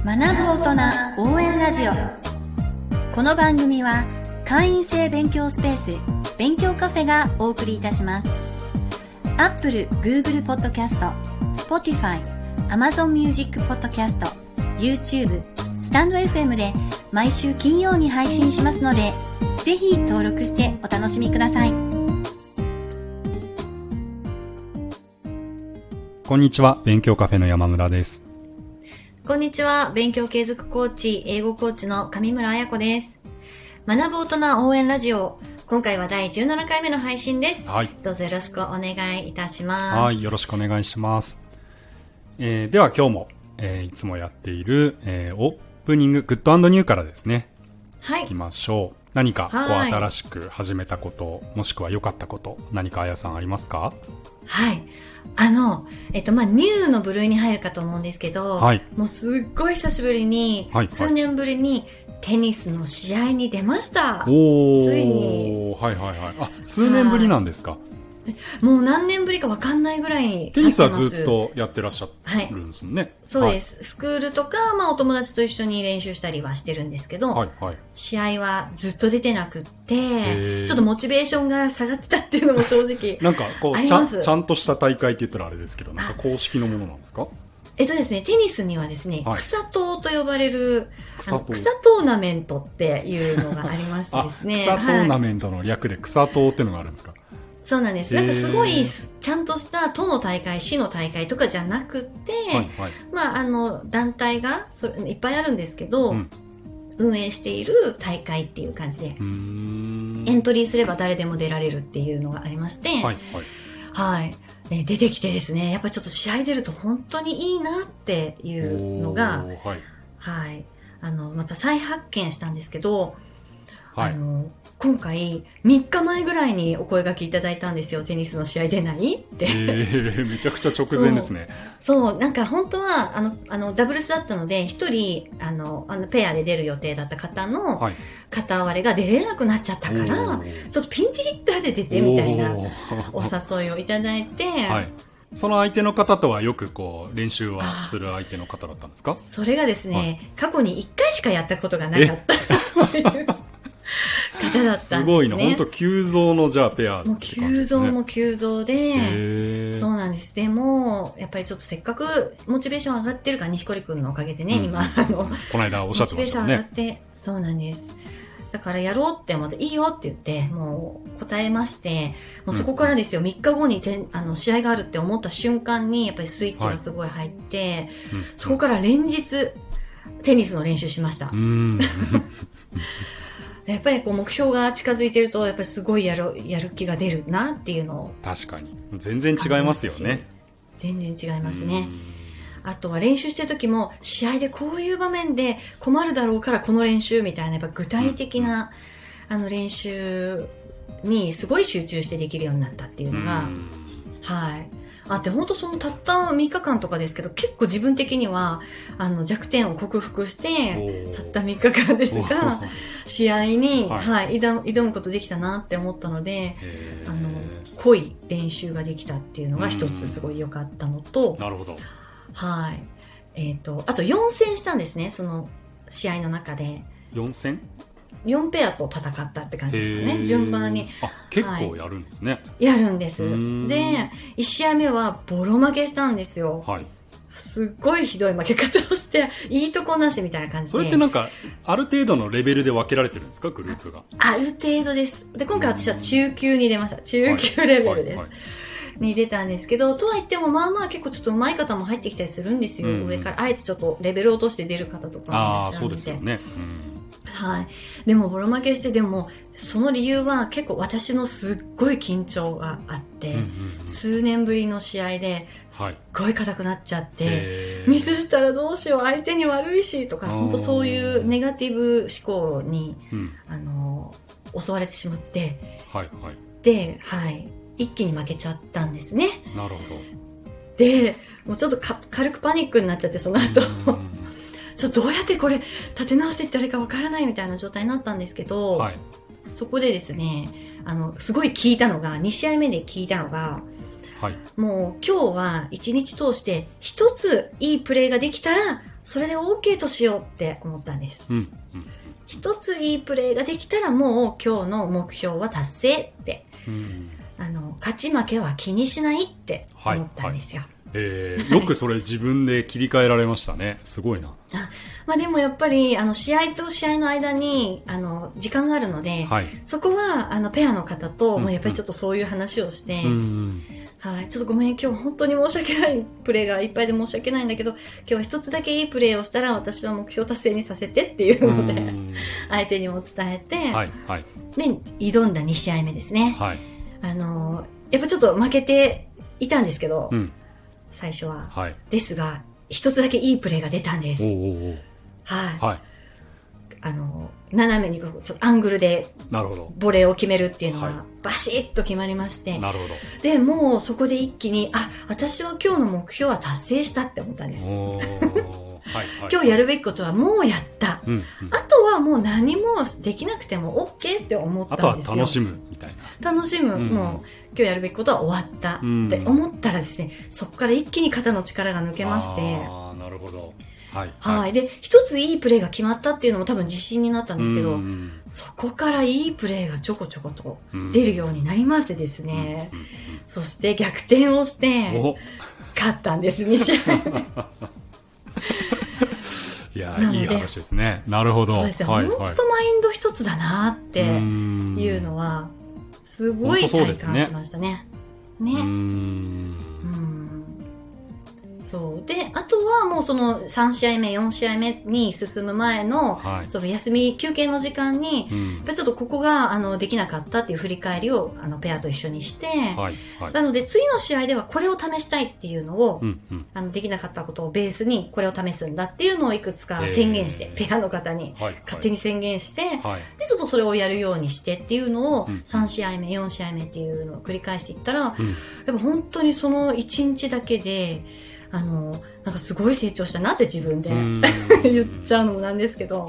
学ぶ大人応援ラジオ。この番組は会員制勉強スペース勉強カフェがお送りいたします。 Apple、Google Podcast、Spotify、Amazon Music Podcast、YouTube、スタンド FM で毎週金曜に配信しますので、ぜひ登録してお楽しみください。 こんにちは、勉強カフェの山村です。 こんにちは、勉強継続コーチ、英語コーチの上村彩子です。学ぶ大人応援ラジオ、今回は第17回目の配信です。 はい。 どうぞよろしくお願いいたします。 はい、よろしくお願いします。では今日も、いつもやっている、オープニンググッド&ニューからですね。はい。行きましょう。何かこう新しく始めたこと、もしくは良かったこと、何かあやさんありますか？ はい。ニューの部類に入るかと思うんですけど、はい、もうすっごい久しぶりに、はい、数年ぶりにテニスの試合に出ました。ついに。はいはいはい。あ、数年ぶりなんですか？もう何年ぶりか分かんないぐらいに経ってます。テニスはずっとやってらっしゃるんですもんね。はい、そうです。はい、スクールとか、お友達と一緒に練習したりはしてるんですけど、はいはい、試合はずっと出てなくって、ちょっとモチベーションが下がってたっていうのも正直なんかこうちゃんとした大会って言ったらあれですけど、なんか公式のものなんですか？ですね、テニスにはですね、はい、草トと呼ばれる草トーナメントっていうのがありましてですね。草トーナメントの略で草トっていうのがあるんですか？そうなんです。なんかすごいちゃんとした都の大会、市の大会とかじゃなくて、はいはい、団体がいっぱいあるんですけど、運営している大会っていう感じで、エントリーすれば誰でも出られるっていうのがありまして、はいはいはい、出てきてですね、やっぱりちょっと試合出ると本当にいいなっていうのが、はいはい、また再発見したんですけど、はい、今回3日前ぐらいにお声掛けいただいたんですよ。テニスの試合出ないって、めちゃくちゃ直前ですね。そうなんか本当はダブルスだったので1人ペアで出る予定だった方の片割れが出れなくなっちゃったから、ちょっとピンチヒッターで出てみたいなお誘いをいただいて、はい、その相手の方とはよくこう練習はする相手の方だったんですか？それがですね、はい、過去に1回しかやったことがなかったという方だったんですね。すごいな、本当急増のじゃあペアって感じですね。もう急増も急増で、そうなんです。でもやっぱりちょっとせっかくモチベーション上がってるから、錦織くんのおかげでね、今この間おっしゃってましたね。モチベーション上がって、そうなんです。だからやろうって思って、いいよって言ってもう答えまして、もうそこからですよ、3日後に試合があるって思った瞬間にやっぱりスイッチがすごい入って、はい、そこから連日テニスの練習しました。やっぱりこう目標が近づいてると、やっぱりすごいやる気が出るなっていうのを。確かに全然違いますよね。全然違いますね。あとは練習してる時も、試合でこういう場面で困るだろうからこの練習みたいな、やっぱ具体的な、練習にすごい集中してできるようになったっていうのが、はい。で本当そのたった3日間とかですけど、結構自分的には弱点を克服してたった3日間ですが試合に、はい挑むことできたなって思ったので、濃い練習ができたっていうのが一つすごい良かったのと、なるほど、はい、あと4戦したんですね、その試合の中で。4戦4ペアと戦ったって感じですかね、順番に。結構やるんですね。やるんです。で、1試合目はボロ負けしたんですよ。はい。すっごいひどい負け方をして、いいとこなしみたいな感じで。それってなんか、ある程度のレベルで分けられてるんですか、グループが。ある程度です。で、今回私は中級に出ました。中級レベルです。に出たんですけど、とは言っても結構ちょっと上手い方も入ってきたりするんですよ。上からあえてちょっとレベルを落として出る方とかもいらっしゃるので。そうですよね。はい。でもボロ負けして、でもその理由は結構私のすっごい緊張があって、数年ぶりの試合ですっごい硬くなっちゃって、ミスしたらどうしよう、相手に悪いしとか、本当そういうネガティブ思考に、襲われてしまって、で、はい、一気に負けちゃったんですね。なるほど。で、もうちょっと軽くパニックになっちゃって、その後ちょっとどうやってこれ立て直していったらいいかわからないみたいな状態になったんですけど、はい、そこでですね、すごい聞いたのが、2試合目で聞いたのが、はい、もう今日は1日通して1ついいプレーができたらそれで OK としようって思ったんです。一ついいプレーができたらもう今日の目標は達成って、勝ち負けは気にしないって思ったんですよ。 よくそれ自分で切り替えられましたね。すごいな。 でもやっぱり試合と試合の間に時間があるので、そこはペアの方ともうやっぱりちょっとそういう話をして、ちょっとごめん、今日本当に申し訳ないプレーがいっぱいで申し訳ないんだけど、今日は一つだけいいプレーをしたら私は目標達成にさせてっていうので相手にも伝えて、で挑んだ2試合目ですね。やっぱちょっと負けていたんですけど、最初は、ですが一つだけいいプレーが出たんです。斜めにちょっとアングルでボレーを決めるっていうのがバシッと決まりまして、でもうそこで一気に私は今日の目標は達成したって思ったんです。今日やるべきことはもうやった、あとはもう何もできなくても OK って思ったんですよ。 あとは楽しむみたいな。 楽しむ、もう今日やるべきことは終わったって思ったらですね、そこから一気に肩の力が抜けまして、 なるほど。 で一ついいプレーが決まったっていうのも多分自信になったんですけど、そこからいいプレーがちょこちょこと出るようになりましてですね、そして逆転をして勝ったんです、2試合いや、いい話ですね。なるほど。 そうですね、本当マインド一つだなっていうのはすごい体感しましたね。そうで、あとはもうその3試合目4試合目に進む前の、その休み休憩の時間に、やっぱりちょっとここができなかったっていう振り返りをペアと一緒にして、なので次の試合ではこれを試したいっていうのを、できなかったことをベースにこれを試すんだっていうのをいくつか宣言して、ペアの方に勝手に宣言して、でちょっとそれをやるようにしてっていうのを3試合目4試合目っていうのを繰り返していったら、やっぱ本当にその1日だけでなんかすごい成長したなって自分で言っちゃうのもなんですけど、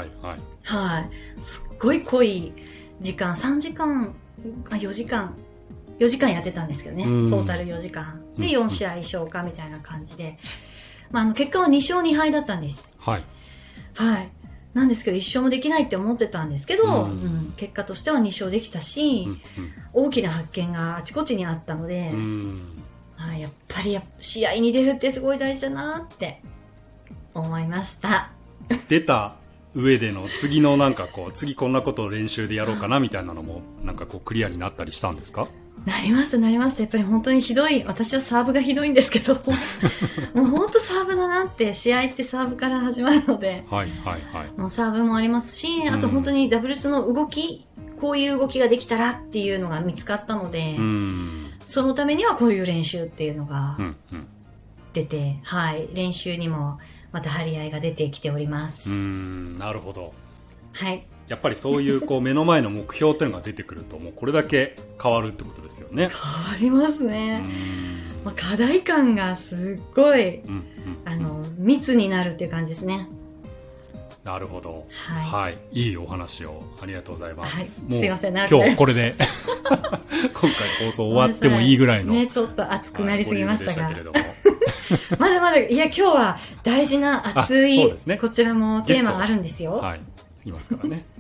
すっごい濃い時間3時間4時間やってたんですけどね、トータル4時間で4試合消化みたいな感じで、結果は2勝2敗だったんです。なんですけど1勝もできないって思ってたんですけど、結果としては2勝できたし、大きな発見があちこちにあったので、やっぱり試合に出るってすごい大事だなって思いました。 出た上での次のなんか次こんなことを練習でやろうかなみたいなのもなんかクリアになったりしたんですか？ なりました。やっぱり本当にひどい、私はサーブがひどいんですけどもう本当サーブだなって、試合ってサーブから始まるので、もうサーブもありますし、あと本当にダブルスの動き、こういう動きができたらっていうのが見つかったので、そのためにはこういう練習っていうのが出て、練習にもまた張り合いが出てきております。 なるほど。やっぱりそういう目の前の目標っていうのが出てくると、もうこれだけ変わるってことですよね。 変わりますね。課題感がすっごい、密になるっていう感じですね。 なるほど。いいお話をありがとうございます。 もうすいません、 今日これで今回放送終わってもいいぐらいのちょっと熱くなりすぎましたが、まだまだ、いや今日は大事な熱い、こちらもテーマがあるんですよ。 いますからね。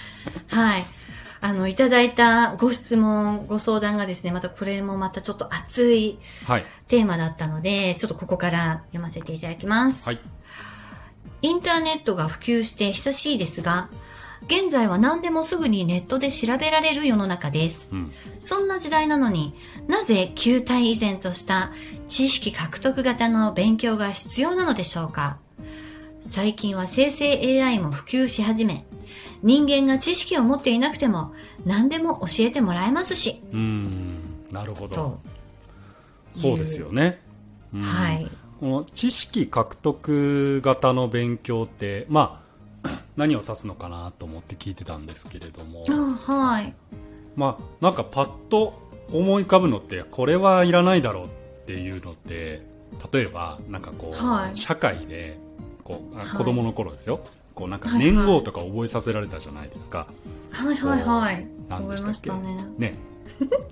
いただいたご質問ご相談がですね、またこれもまたちょっと熱いテーマだったので、ちょっとここから読ませていただきます。インターネットが普及して久しいですが、現在は何でもすぐにネットで調べられる世の中です。そんな時代なのになぜ球体依然とした知識獲得型の勉強が必要なのでしょうか。最近は生成 AI も普及し始め、人間が知識を持っていなくても何でも教えてもらえますし。 なるほど。そうですよね。この知識獲得型の勉強って何を指すのかなと思って聞いてたんですけれども、なんかパッと思い浮かぶのって、これはいらないだろうっていうのって、例えばなんか社会で子供の頃ですよ、なんか年号とか覚えさせられたじゃないですか。 覚えましたね。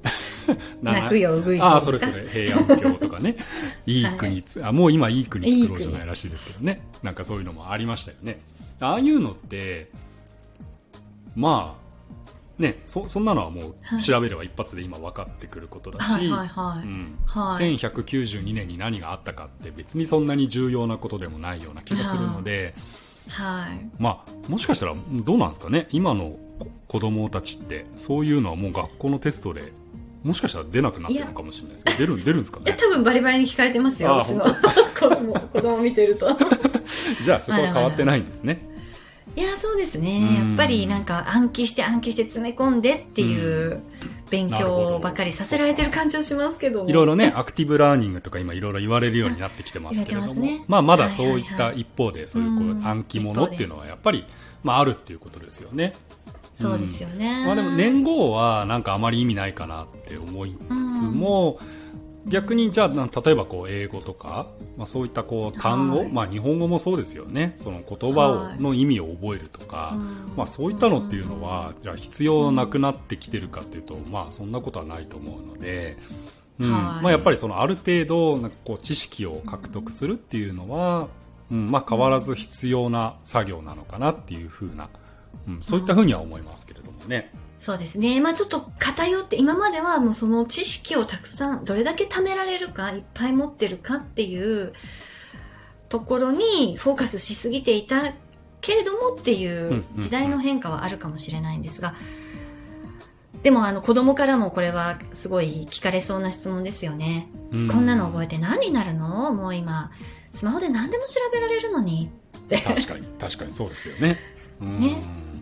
泣くようぐいそれ平安京とかねいい国、はい、もう今いい国作ろうじゃないらしいですけどね、なんかそういうのもありましたよね。ああいうのってまあね、そんなのはもう調べれば一発で今分かってくることだし、1192年に何があったかって別にそんなに重要なことでもないような気がするので、 はい、 まあもしかしたらどうなんですかね、今の子供たちってそういうのはもう学校のテストでもしかしたら出なくなってるのかもしれないですけど、出るんですかね。 多分バリバリに聞かれてますよ、うちの子供見てるとじゃあそこは変わってないんですね。 いやそうですね、やっぱりなんか暗記して詰め込んでっていう勉強ばかりさせられてる感じはしますけどね。 いろいろねアクティブラーニングとか今いろいろ言われるようになってきてますけれども、ね、まだそういった一方でそういう暗記ものっていうのはやっぱりあるっていうことですよね。 そうですよね、 でも年号はなんかあまり意味ないかなって思いつつも、逆にじゃあ例えば英語とか、そういった単語、日本語もそうですよね、その言葉の意味を覚えるとか、そういったのっていうのはじゃあ必要なくなってきてるかっていうと、そんなことはないと思うので、やっぱりそのある程度なんか知識を獲得するっていうのは、変わらず必要な作業なのかなっていう風な、そういった風には思いますけれどもね。 そうですね。ちょっと偏って、今まではもうその知識をたくさん、どれだけ貯められるか、いっぱい持ってるかっていうところにフォーカスしすぎていたけれどもっていう時代の変化はあるかもしれないんですが、でも子供からもこれはすごい聞かれそうな質問ですよね。こんなの覚えて何になるの？もう今、スマホで何でも調べられるのにって。 確かにそうですよね。 ね。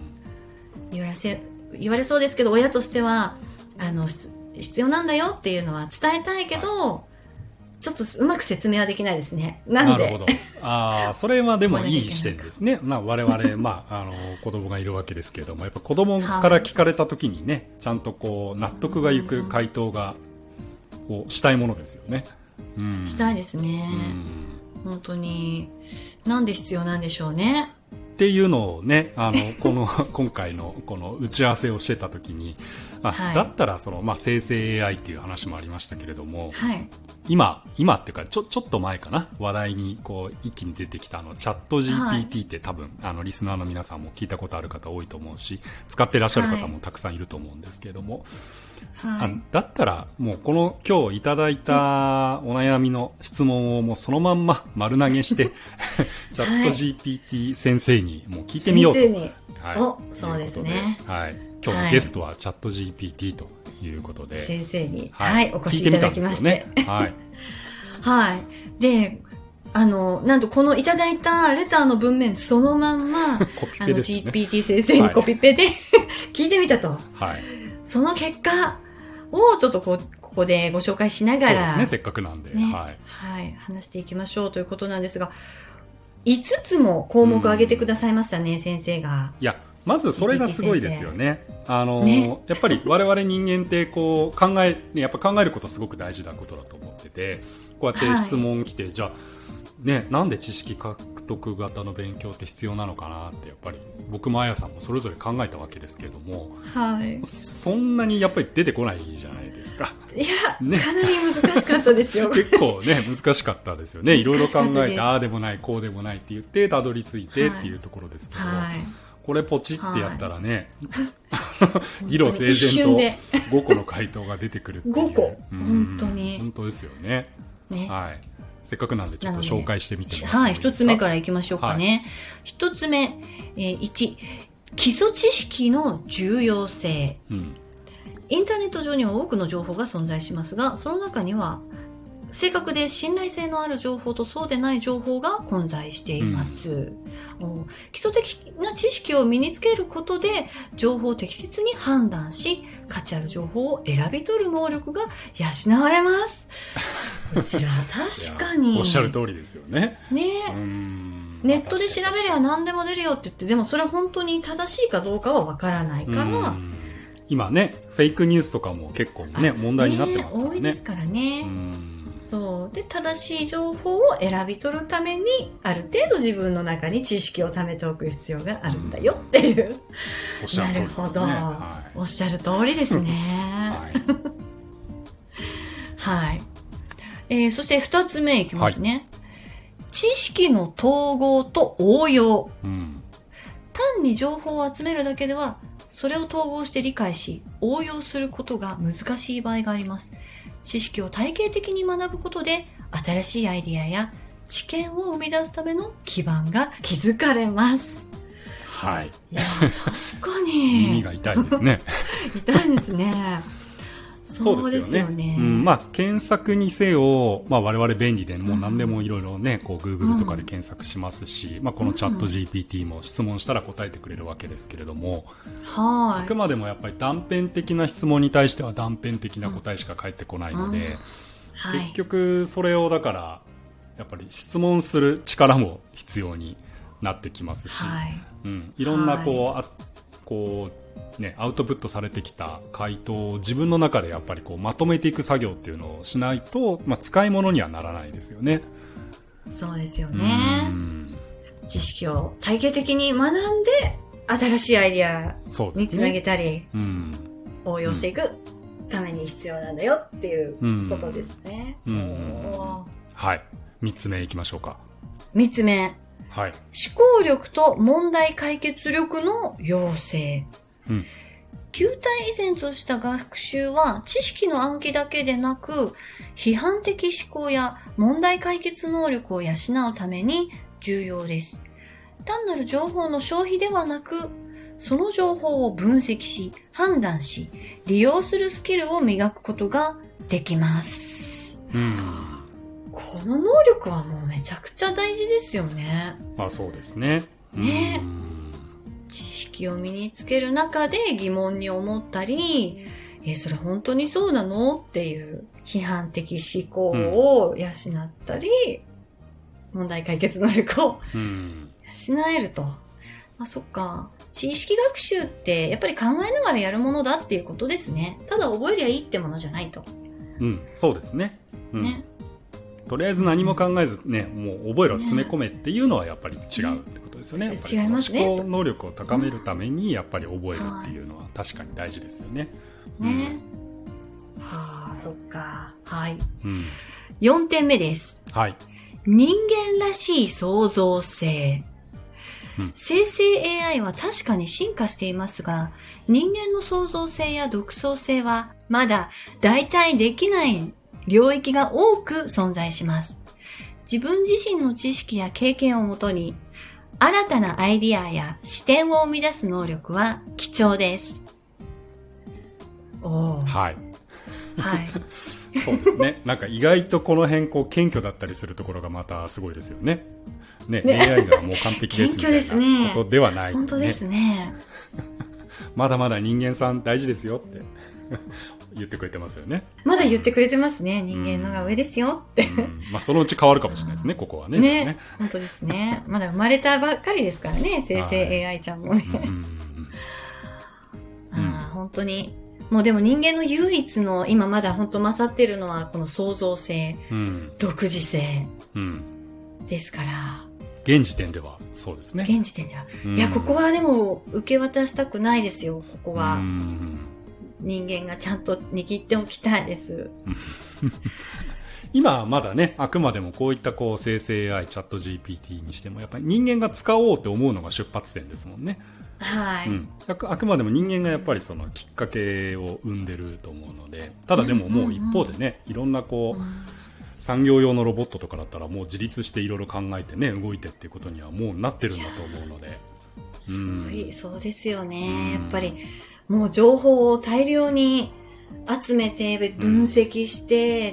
言われそうですけど、親としては必要なんだよっていうのは伝えたいけど、ちょっとうまく説明はできないですね。なんで。 なるほど。それはでもいい視点ですね。我々子供がいるわけですけれども、やっぱ子供から聞かれた時にね、ちゃんと納得がいく回答がしたいものですよね。 したいですね。本当になんで必要なんでしょうね。 っていうのをね、今回のこの打ち合わせをしてた時に、だったら生成 AI っていう話もありましたけれども、今っていうかちょっと前かな、話題に一気に出てきたチャット GPT って多分リスナーの皆さんも聞いたことある方多いと思うし、使ってらっしゃる方もたくさんいると思うんですけれども、だったらもう今日いただいたお悩みの質問をもうそのまんま丸投げしてチャット GPT 先生にもう聞いてみようと。 そうですね。 今日のゲストはチャット GPT ということで、 先生に、お越しいただきまして、で、なんとこのいただいたレターの文面そのまんまコピペですね、 GPT 先生にコピペで聞いてみたと。その結果をちょっとここでご紹介しながら、 そうですね、せっかくなんで、 話していきましょうということなんですが、5つも項目を挙げてくださいましたね、先生が。 いや、まずそれがすごいですよね。やっぱり我々人間ってやっぱ考えることすごく大事なことだと思ってて、こうやって質問来て、じゃあね、なんで知識獲得型の勉強って必要なのかなって、やっぱり僕もあやさんもそれぞれ考えたわけですけれども、そんなにやっぱり出てこないじゃないですか。 いや、かなり難しかったですよ。 結構ね、難しかったですよね。いろいろ考えて、ああでもないこうでもないって言ってたどり着いてっていうところですけど、これポチってやったらね、理路整然と5個の回答が出てくるっていう。 5個、本当に。 本当ですよね。せっかくなんでちょっと紹介してみてもらってもいいですか。 1つ目からいきましょうかね。1つ目、1、基礎知識の重要性。インターネット上には多くの情報が存在しますが、その中には正確で信頼性のある情報とそうでない情報が混在しています。基礎的な知識を身につけることで情報を適切に判断し、価値ある情報を選び取る能力が養われます。こちら確かにおっしゃる通りですよね。 ネットで調べれば何でも出るよって言って、でもそれは本当に正しいかどうかはわからないから、 今ね、フェイクニュースとかも結構ね、問題になってますからね。 多いですからね。そうで、正しい情報を選び取るためにある程度自分の中に知識を貯めておく必要があるんだよっていう、 おっしゃる通りですね。 なるほど、おっしゃる通りですね。 はい。そして2つ目いきますね。はい、知識の統合と応用。単に情報を集めるだけでは、それを統合して理解し、応用することが難しい場合があります。知識を体系的に学ぶことで、新しいアイディアや知見を生み出すための基盤が築かれます。 はい。 いや、確かに。 耳が痛いですね。 痛いですね。そうですよね。 検索にせよ、我々便利で、もう何でもいろいろね、Google とかで検索しますし、このチャット GPT も質問したら答えてくれるわけですけれども、あくまでもやっぱり断片的な質問に対しては断片的な答えしか返ってこないので、結局それをだから、やっぱり質問する力も必要になってきますし、いろんなアウトプットされてきた回答を自分の中でやっぱりまとめていく作業っていうのをしないと、使い物にはならないですよね。 そうですよね。知識を体系的に学んで新しいアイディアにつなげたり、応用していくために必要なんだよっていうことですね。 はい。3つ目いきましょうか。 3つ目。 はい。 思考力と問題解決力の養成。球体依然とした学習は知識の暗記だけでなく、批判的思考や問題解決能力を養うために重要です。単なる情報の消費ではなく、その情報を分析し、判断し、利用するスキルを磨くことができます。この能力はもうめちゃくちゃ大事ですよね。 そうですね。 ね。知識を身につける中で疑問に思ったり、それ本当にそうなのっていう批判的思考を養ったり、問題解決能力を養えると。そっか。知識学習ってやっぱり考えながらやるものだっていうことですね。ただ覚えりゃいいってものじゃないと。 そうですね。ね。とりあえず何も考えずね、もう覚えろ、詰め込めっていうのはやっぱり違うってことですよね。 違いますね。 思考能力を高めるためにやっぱり覚えるっていうのは確かに大事ですよね。 ね。そっか。はい。4点目です。 はい。 人間らしい創造性。生成 AI は確かに進化していますが、人間の創造性や独創性はまだ代替できない領域が多く存在します。自分自身の知識や経験をもとに、新たなアイディアや視点を生み出す能力は貴重です。 はい。そうですね。なんか意外とこの辺謙虚だったりするところがまたすごいですよね。AI がもう完璧ですみたいなことではない、 本当ですね。 まだまだ人間さん大事ですよって言ってくれてますよね。 まだ言ってくれてますね。人間のが上ですよって。 そのうち変わるかもしれないですね、ここはね。 ね。本当ですね。まだ生まれたばっかりですからね、生成 AI ちゃんもね。本当に。もうでも人間の唯一の今まだ本当勝ってるのはこの創造性、独自性ですから。 現時点ではそうですね。 現時点では。いや、ここはでも受け渡したくないですよ、ここは。人間がちゃんと握っておきたいです。 今はまだね、あくまでもこういった生成 AI、チャット GPT にしても、やっぱり人間が使おうって思うのが出発点ですもんね。 はい。 あくまでも人間がやっぱりそのきっかけを生んでると思うので、ただでももう一方でね、いろんな産業用のロボットとかだったらもう自立していろいろ考えてね、動いてっていうことにはもうなってるんだと思うので。 そうですよね。やっぱりもう情報を大量に集めて分析して、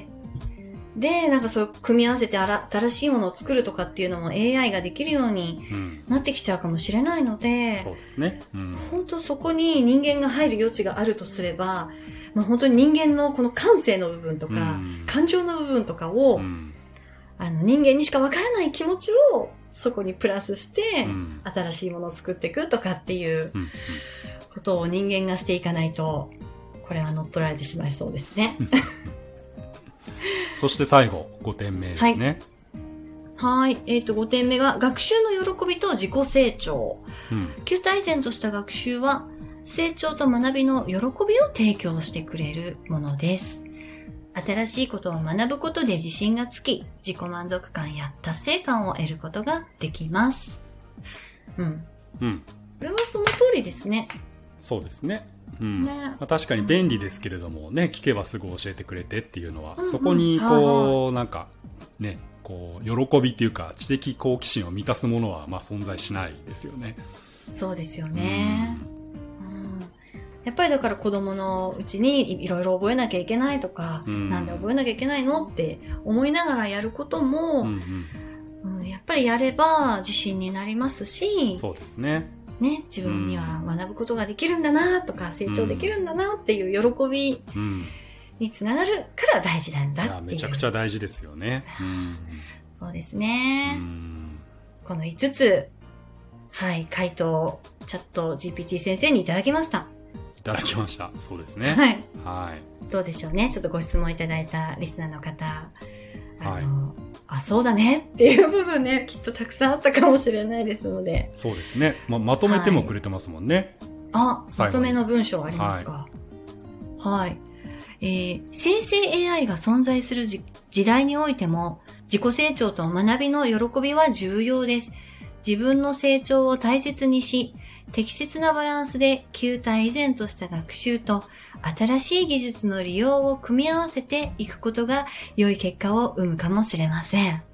で、なんかそう組み合わせて新しいものを作るとかっていうのも AI ができるようになってきちゃうかもしれないので、 そうですね。 本当そこに人間が入る余地があるとすれば、本当に人間のこの感性の部分とか、感情の部分とかを、人間にしかわからない気持ちをそこにプラスして、新しいものを作っていくとかっていうことを人間がしていかないと、これは乗っ取られてしまいそうですね。 そして最後、5点目ですね。 はい。5点目が、学習の喜びと自己成長。旧体然とした学習は、成長と学びの喜びを提供してくれるものです。 新しいことを学ぶことで自信がつき、自己満足感や達成感を得ることができます。これはその通りですね。 そうですね。確かに便利ですけれどもね、聞けばすぐ教えてくれてっていうのは、そこになんかね、喜びっていうか知的好奇心を満たすものは存在しないですよね。 そうですよね。やっぱりだから子供のうちにいろいろ覚えなきゃいけないとか、なんで覚えなきゃいけないのって思いながらやることも、やっぱりやれば自信になりますし、 そうですね。 自分には学ぶことができるんだなとか、成長できるんだなっていう喜びにつながるから大事なんだっていう。 めちゃくちゃ大事ですよね。 そうですね。この5つ、回答をチャット GPT 先生にいただきました。 いただきました。そうですね。 どうでしょうね。ちょっとご質問いただいたリスナーの方、そうだねっていう部分ね、きっとたくさんあったかもしれないですので。 そうですね。まとめてもくれてますもんね。 まとめの文章ありますか。生成 AI が存在する時代においても、自己成長と学びの喜びは重要です。自分の成長を大切にし、適切なバランスで旧態依然とした学習と新しい技術の利用を組み合わせていくことが良い結果を生むかもしれません。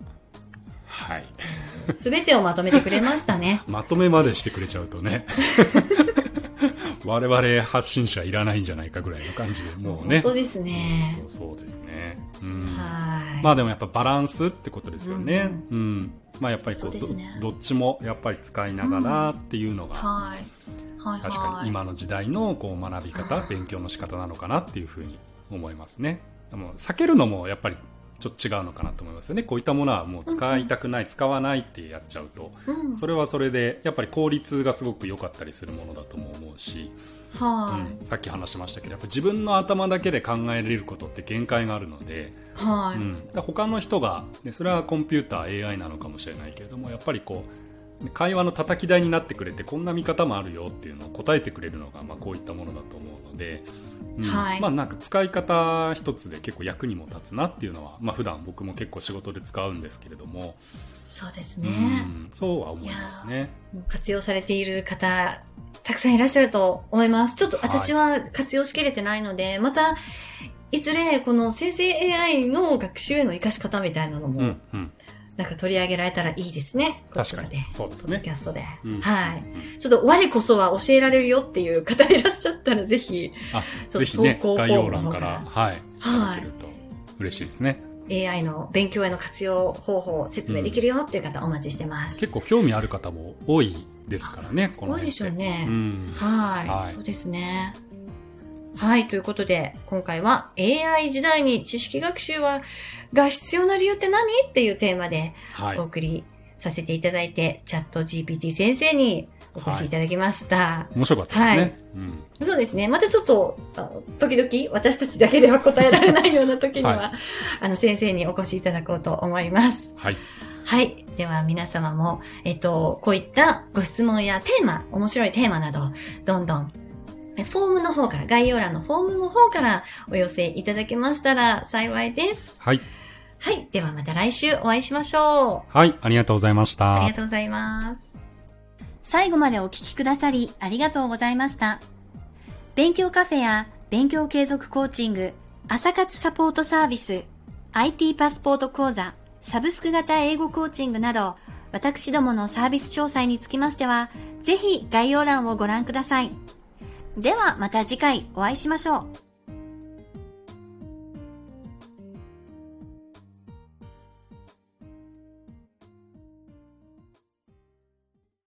すべてをまとめてくれましたね。 まとめまでしてくれちゃうとね。我々発信者いらないんじゃないかぐらいの感じで、もうね。 本当ですね。 そうですね。でもやっぱバランスってことですよね。やっぱりどっちもやっぱり使いながらっていうのが、確かに今の時代の学び方、勉強の仕方なのかなっていうふうに思いますね。でも避けるのもやっぱりちょっと違うのかなと思いますよね。こういったものはもう使いたくない、使わないってやっちゃうと、それはそれでやっぱり効率がすごく良かったりするものだとも思うし、さっき話しましたけど、やっぱ自分の頭だけで考えられることって限界があるので、他の人が、それはコンピューター AI なのかもしれないけれども、やっぱり会話の叩き台になってくれて、こんな見方もあるよっていうのを答えてくれるのが、こういったものだと思うので、なんか使い方一つで結構役にも立つなっていうのは、普段僕も結構仕事で使うんですけれども。 そうですね。 そうは思いますね。 活用されている方たくさんいらっしゃると思います。ちょっと私は活用しきれてないので、またいずれこの生成 AI の学習への活かし方みたいなのも、なんか取り上げられたらいいですね。 確かに。そうですね。 ポッドキャストで。ちょっと我こそは教えられるよっていう方いらっしゃったら、ぜひ、 ぜひね、概要欄から、いただけると嬉しいですね。 AI の勉強への活用方法を説明できるよっていう方お待ちしてます。 結構興味ある方も多いですからね、この辺って。多いでしょうね。そうですね。ということで、今回は AI 時代に知識学習が必要な理由って何っていうテーマでお送りさせていただいて、チャット GPT 先生にお越しいただきました。 面白かったですね。 そうですね。またちょっと、時々私たちだけでは答えられないような時には、先生にお越しいただこうと思います。では皆様も、こういったご質問やテーマ、面白いテーマなど、どんどんフォームの方から、概要欄のフォームの方からお寄せいただけましたら幸いです。ではまた来週お会いしましょう。 ありがとうございました。 ありがとうございます。最後までお聞きくださりありがとうございました。勉強カフェや勉強継続コーチング、朝活サポートサービス、IT パスポート講座、サブスク型英語コーチングなど、私どものサービス詳細につきましては、ぜひ概要欄をご覧ください。ではまた次回お会いしましょう。